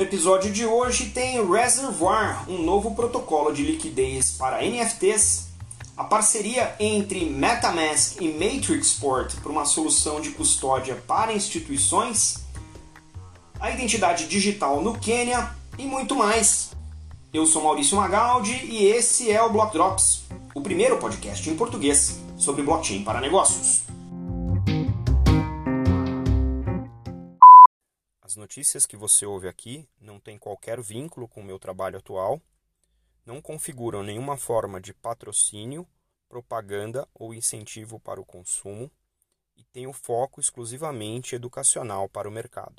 episódio de hoje tem Reservoir, um novo protocolo de liquidez para NFTs, a parceria entre MetaMask e Matrixport para uma solução de custódia para instituições, a identidade digital no Quênia e muito mais. Eu sou Maurício Magaldi e esse é o Block Drops, o primeiro podcast em português sobre blockchain para negócios. As notícias que você ouve aqui não têm qualquer vínculo com o meu trabalho atual, não configuram nenhuma forma de patrocínio, propaganda ou incentivo para o consumo e têm o foco exclusivamente educacional para o mercado.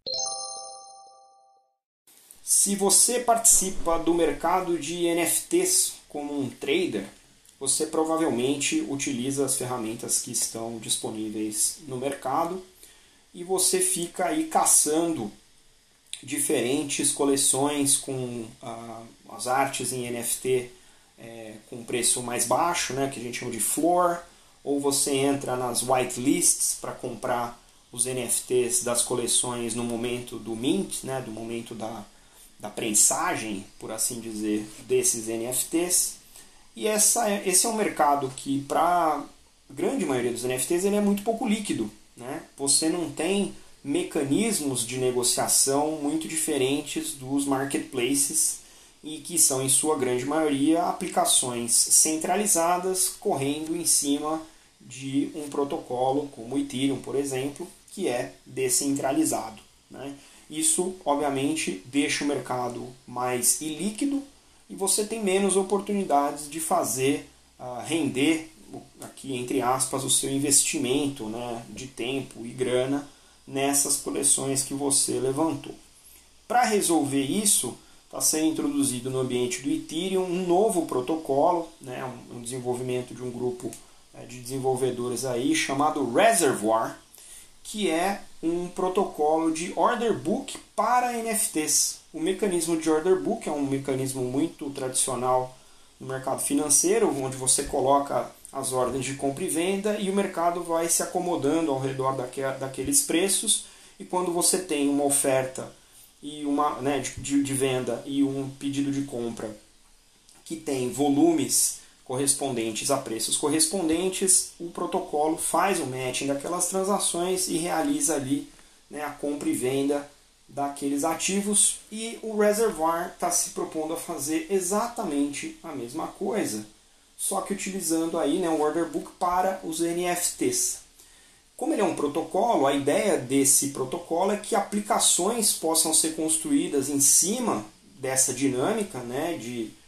Se você participa do mercado de NFTs como um trader, você provavelmente utiliza as ferramentas que estão disponíveis no mercado e você fica aí caçando diferentes coleções com as artes em NFT com preço mais baixo, né, que a gente chama de floor, ou você entra nas whitelists para comprar os NFTs das coleções no momento do mint, né, do momento da prensagem, por assim dizer, desses NFTs. E esse é um mercado que, para a grande maioria dos NFTs, ele é muito pouco líquido. Né? Você não tem mecanismos de negociação muito diferentes dos marketplaces e que são, em sua grande maioria, aplicações centralizadas correndo em cima de um protocolo como o Ethereum, por exemplo, que é descentralizado. Né? Isso, obviamente, deixa o mercado mais ilíquido e você tem menos oportunidades de fazer render, aqui entre aspas, o seu investimento, né, de tempo e grana nessas coleções que você levantou. Para resolver isso, está sendo introduzido no ambiente do Ethereum um novo protocolo, né, um desenvolvimento de um grupo de desenvolvedores aí chamado Reservoir, que é um protocolo de order book para NFTs. O mecanismo de order book é um mecanismo muito tradicional no mercado financeiro, onde você coloca as ordens de compra e venda e o mercado vai se acomodando ao redor daqueles preços, e quando você tem uma oferta e de venda e um pedido de compra que tem volumes correspondentes a preços correspondentes, o protocolo faz o matching daquelas transações e realiza ali, né, a compra e venda daqueles ativos, e o Reservoir está se propondo a fazer exatamente a mesma coisa, só que utilizando aí, né, um order book para os NFTs. Como ele é um protocolo, a ideia desse protocolo é que aplicações possam ser construídas em cima dessa dinâmica, né,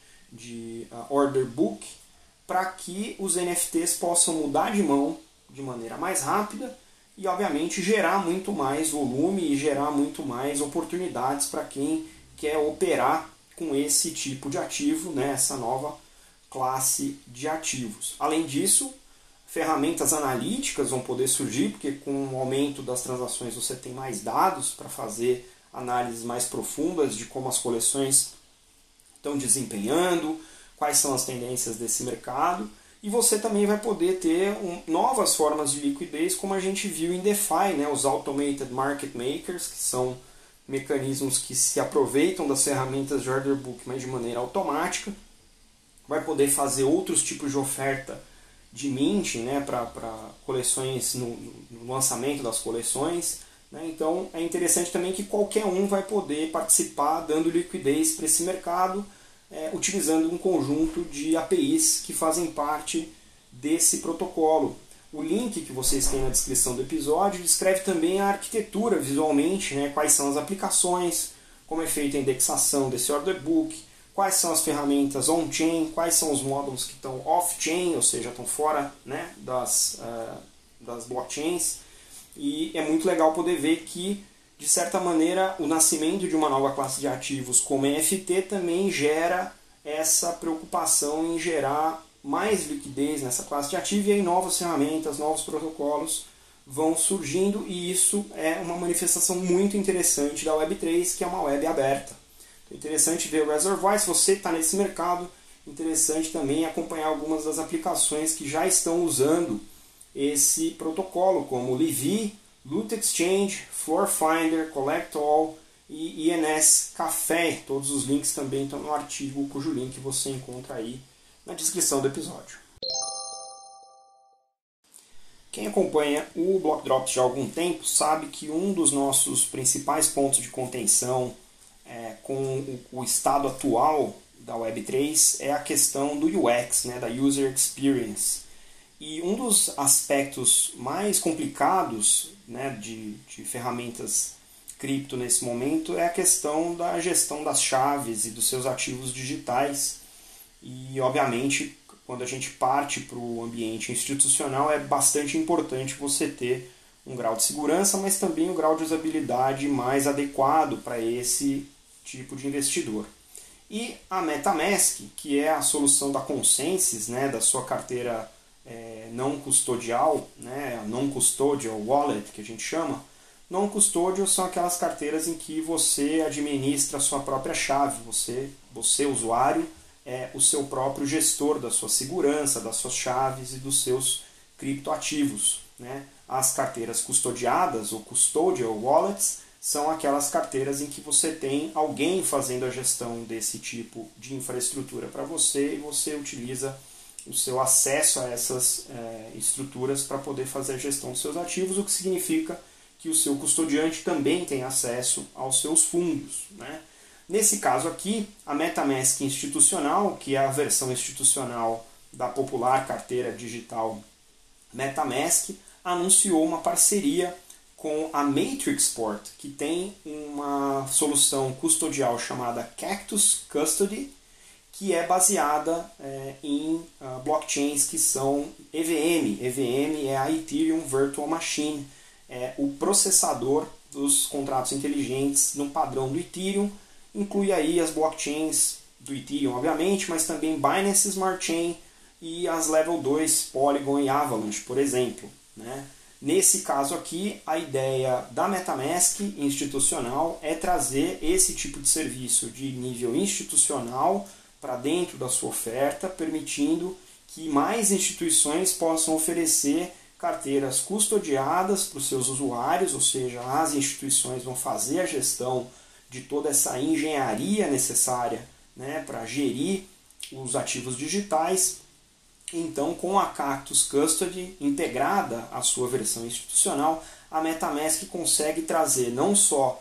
de order book, para que os NFTs possam mudar de mão de maneira mais rápida e, obviamente, gerar muito mais volume e gerar muito mais oportunidades para quem quer operar com esse tipo de ativo, né, essa nova classe de ativos. Além disso, ferramentas analíticas vão poder surgir, porque com o aumento das transações você tem mais dados para fazer análises mais profundas de como as coleções estão desempenhando, quais são as tendências desse mercado, e você também vai poder ter novas formas de liquidez, como a gente viu em DeFi, né? Os Automated Market Makers, que são mecanismos que se aproveitam das ferramentas de order book, mas de maneira automática, vai poder fazer outros tipos de oferta de mint, né, para coleções no lançamento das coleções. Né? Então é interessante também que qualquer um vai poder participar dando liquidez para esse mercado, utilizando um conjunto de APIs que fazem parte desse protocolo. O link que vocês têm na descrição do episódio descreve também a arquitetura visualmente, né? Quais são as aplicações, como é feita a indexação desse order book, quais são as ferramentas on-chain, quais são os módulos que estão off-chain, ou seja, estão fora, né, das blockchains. E é muito legal poder ver que, de certa maneira, o nascimento de uma nova classe de ativos como NFT também gera essa preocupação em gerar mais liquidez nessa classe de ativo, e aí novas ferramentas, novos protocolos vão surgindo, e isso é uma manifestação muito interessante da Web3, que é uma web aberta. Então, é interessante ver o Reservoir. Se você está nesse mercado, interessante também acompanhar algumas das aplicações que já estão usando esse protocolo, como Livy, Loot Exchange, Floor Finder, Collect All e INS Café. Todos os links também estão no artigo, cujo link você encontra aí na descrição do episódio. Quem acompanha o Block Drops já há algum tempo sabe que um dos nossos principais pontos de contenção com o estado atual da Web3 é a questão do UX, né, da User Experience. E um dos aspectos mais complicados, né, de ferramentas cripto nesse momento é a questão da gestão das chaves e dos seus ativos digitais. E, obviamente, quando a gente parte para o ambiente institucional, é bastante importante você ter um grau de segurança, mas também um grau de usabilidade mais adequado para esse tipo de investidor. E a MetaMask, que é a solução da Consensys, né, da sua carteira não custodial, né, não custodial wallet, que a gente chama. Non custodial são aquelas carteiras em que você administra a sua própria chave, você usuário, é o seu próprio gestor da sua segurança, das suas chaves e dos seus criptoativos, né? As carteiras custodiadas ou custodial wallets são aquelas carteiras em que você tem alguém fazendo a gestão desse tipo de infraestrutura para você e você utiliza o seu acesso a essas estruturas para poder fazer a gestão dos seus ativos, o que significa que o seu custodiante também tem acesso aos seus fundos, né? Nesse caso aqui, a MetaMask institucional, que é a versão institucional da popular carteira digital MetaMask, anunciou uma parceria com a Matrixport, que tem uma solução custodial chamada Cactus Custody, que é baseada em blockchains que são EVM. EVM é a Ethereum Virtual Machine, é o processador dos contratos inteligentes no padrão do Ethereum. Inclui aí as blockchains do Ethereum, obviamente, mas também Binance Smart Chain e as Level 2, Polygon e Avalanche, por exemplo, né? Nesse caso aqui, a ideia da MetaMask institucional é trazer esse tipo de serviço de nível institucional para dentro da sua oferta, permitindo que mais instituições possam oferecer carteiras custodiadas para os seus usuários, ou seja, as instituições vão fazer a gestão de toda essa engenharia necessária, né, para gerir os ativos digitais. Então, com a Cactus Custody integrada à sua versão institucional, a MetaMask consegue trazer não só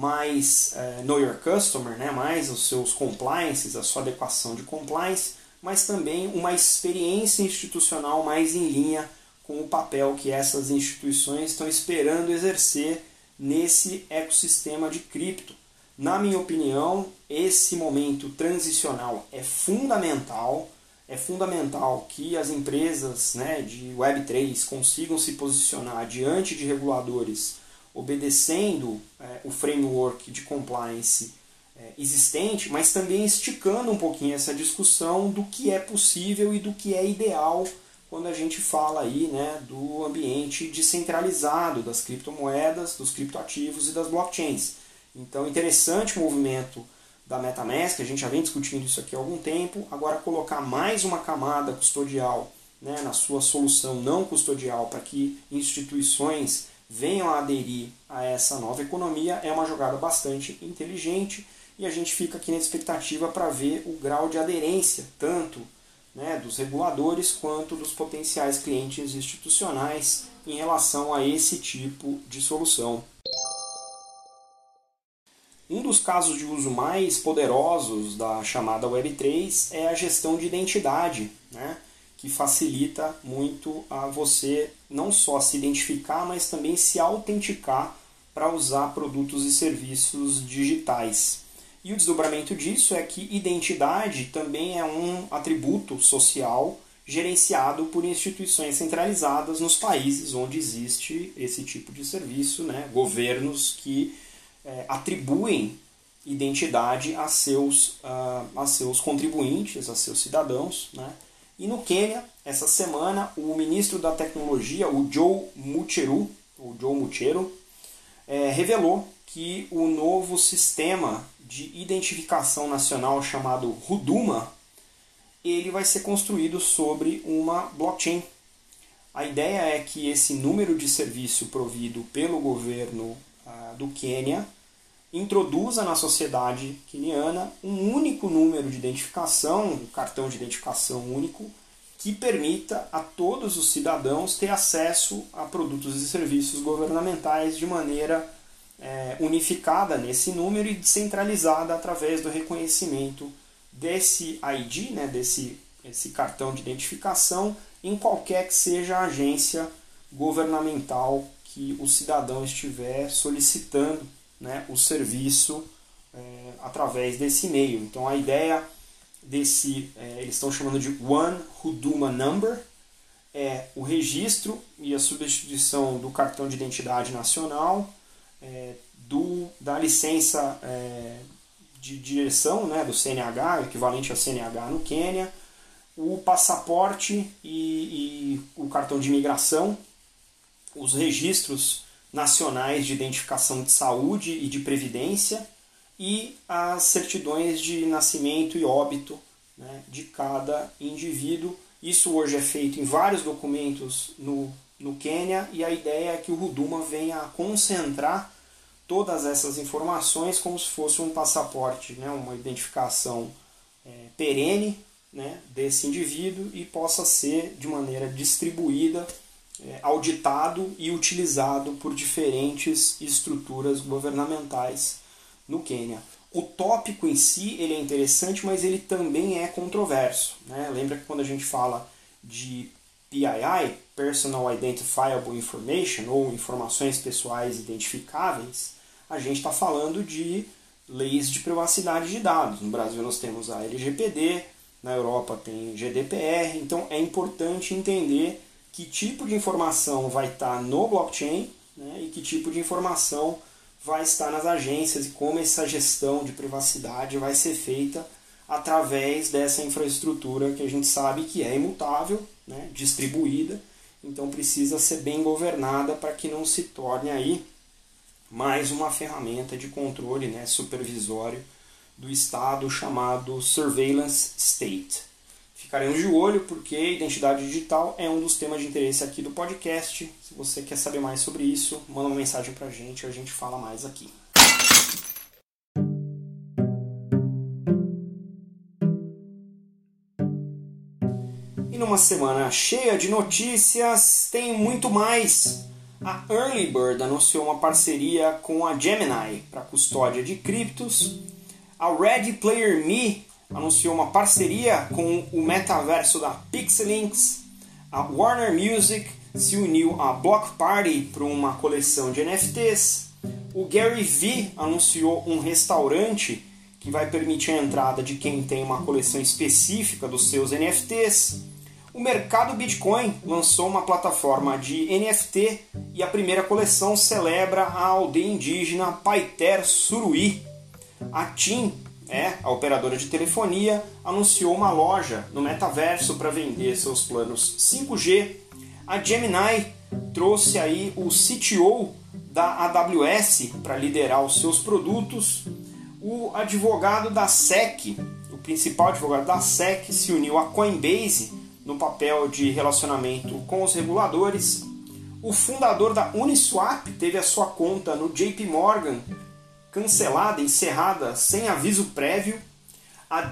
mais Know Your Customer, né, mais os seus compliances, a sua adequação de compliance, mas também uma experiência institucional mais em linha com o papel que essas instituições estão esperando exercer nesse ecossistema de cripto. Na minha opinião, esse momento transicional é fundamental. É fundamental que as empresas, né, de Web3 consigam se posicionar diante de reguladores obedecendo o framework de compliance existente, mas também esticando um pouquinho essa discussão do que é possível e do que é ideal quando a gente fala aí, né, do ambiente descentralizado das criptomoedas, dos criptoativos e das blockchains. Então, interessante o movimento da MetaMask, a gente já vem discutindo isso aqui há algum tempo. Agora, colocar mais uma camada custodial, né, na sua solução não custodial para que instituições venham a aderir a essa nova economia é uma jogada bastante inteligente e a gente fica aqui na expectativa para ver o grau de aderência, tanto, né, dos reguladores quanto dos potenciais clientes institucionais em relação a esse tipo de solução. Um dos casos de uso mais poderosos da chamada Web3 é a gestão de identidade, né, que facilita muito a você não só se identificar, mas também se autenticar para usar produtos e serviços digitais. E o desdobramento disso é que identidade também é um atributo social gerenciado por instituições centralizadas nos países onde existe esse tipo de serviço, né, governos que atribuem identidade a seus contribuintes, a seus cidadãos, né? E no Quênia, essa semana, o ministro da Tecnologia, o Joe Mucheru, revelou que o novo sistema de identificação nacional chamado Huduma, ele vai ser construído sobre uma blockchain. A ideia é que esse número de serviço provido pelo governo do Quênia introduza na sociedade queniana um único número de identificação, um cartão de identificação único, que permita a todos os cidadãos ter acesso a produtos e serviços governamentais de maneira unificada nesse número e descentralizada através do reconhecimento desse ID, né, esse cartão de identificação, em qualquer que seja a agência governamental que o cidadão estiver solicitando, né, o serviço através desse e-mail. Então a ideia eles estão chamando de One Huduma Number, é o registro e a substituição do cartão de identidade nacional, da licença de direção, né, do CNH, equivalente ao CNH no Quênia, o passaporte e o cartão de imigração, os registros nacionais de identificação de saúde e de previdência e as certidões de nascimento e óbito, né, de cada indivíduo. Isso hoje é feito em vários documentos no Quênia e a ideia é que o Huduma venha a concentrar todas essas informações como se fosse um passaporte, né, uma identificação perene, né, desse indivíduo e possa ser de maneira distribuída, auditado e utilizado por diferentes estruturas governamentais no Quênia. O tópico em si ele é interessante, mas ele também é controverso, né? Lembra que quando a gente fala de PII, Personal Identifiable Information, ou informações pessoais identificáveis, a gente está falando de leis de privacidade de dados. No Brasil nós temos a LGPD, na Europa tem GDPR, então é importante entender que tipo de informação vai estar no blockchain, né, e que tipo de informação vai estar nas agências e como essa gestão de privacidade vai ser feita através dessa infraestrutura que a gente sabe que é imutável, né, distribuída, então precisa ser bem governada para que não se torne aí mais uma ferramenta de controle, né, supervisório do Estado chamado Surveillance State. Ficaremos de olho porque identidade digital é um dos temas de interesse aqui do podcast. Se você quer saber mais sobre isso, manda uma mensagem pra gente e a gente fala mais aqui. E numa semana cheia de notícias, tem muito mais. A Early Bird anunciou uma parceria com a Gemini para custódia de criptos. A Ready Player Me anunciou uma parceria com o metaverso da Pixelinks. A Warner Music se uniu à Block Party para uma coleção de NFTs. O Gary Vee anunciou um restaurante que vai permitir a entrada de quem tem uma coleção específica dos seus NFTs. O mercado Bitcoin lançou uma plataforma de NFT e a primeira coleção celebra a aldeia indígena Paiter Suruí. A TIM, a operadora de telefonia, anunciou uma loja no metaverso para vender seus planos 5G. A Gemini trouxe aí o CTO da AWS para liderar os seus produtos. O advogado da SEC, o principal advogado da SEC, se uniu à Coinbase no papel de relacionamento com os reguladores. O fundador da Uniswap teve a sua conta no JP Morgan cancelada, encerrada sem aviso prévio. A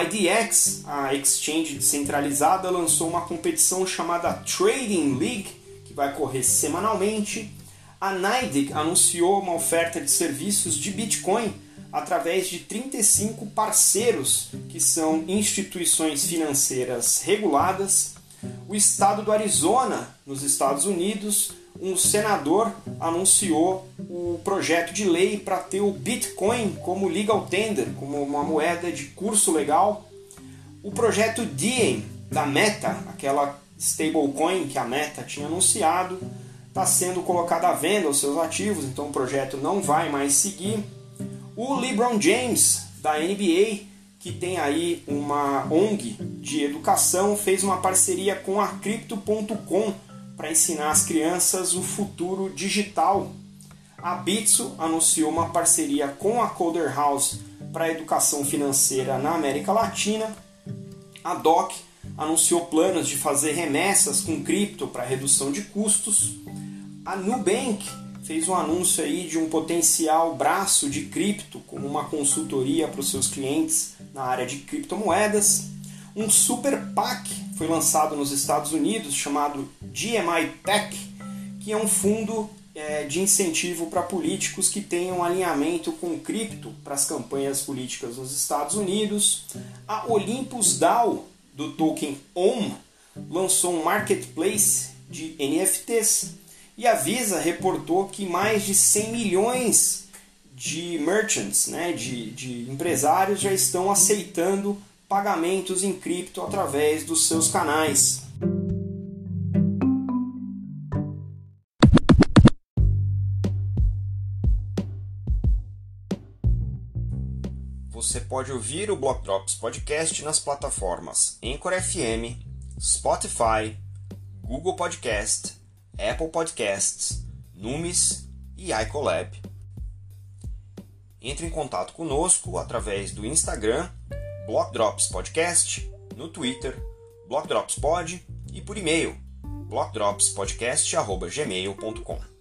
DYDX, a exchange descentralizada, lançou uma competição chamada Trading League, que vai correr semanalmente. A NYDIG anunciou uma oferta de serviços de Bitcoin através de 35 parceiros, que são instituições financeiras reguladas. O estado do Arizona, nos Estados Unidos, um senador anunciou o projeto de lei para ter o Bitcoin como legal tender, como uma moeda de curso legal. O projeto Diem, da Meta, aquela stablecoin que a Meta tinha anunciado, está sendo colocado à venda os seus ativos, então o projeto não vai mais seguir. O LeBron James, da NBA, que tem aí uma ONG de educação, fez uma parceria com a Crypto.com para ensinar às crianças o futuro digital. A Bitso anunciou uma parceria com a Coder House para a educação financeira na América Latina. A DOC anunciou planos de fazer remessas com cripto para redução de custos. A Nubank fez um anúncio aí de um potencial braço de cripto como uma consultoria para os seus clientes na área de criptomoedas. Um super PAC foi lançado nos Estados Unidos chamado GMI PAC, que é um fundo de incentivo para políticos que tenham alinhamento com cripto para as campanhas políticas nos Estados Unidos. A Olympus DAO, do token OM, lançou um marketplace de NFTs. E a Visa reportou que mais de 100 milhões de merchants, de empresários, já estão aceitando pagamentos em cripto através dos seus canais. Você pode ouvir o Block Drops Podcast nas plataformas Anchor FM, Spotify, Google Podcast, Apple Podcasts, Numis e iColab. Entre em contato conosco através do Instagram, Block Drops Podcast, no Twitter, Block Drops Pod e por e-mail, blockdropspodcast@gmail.com.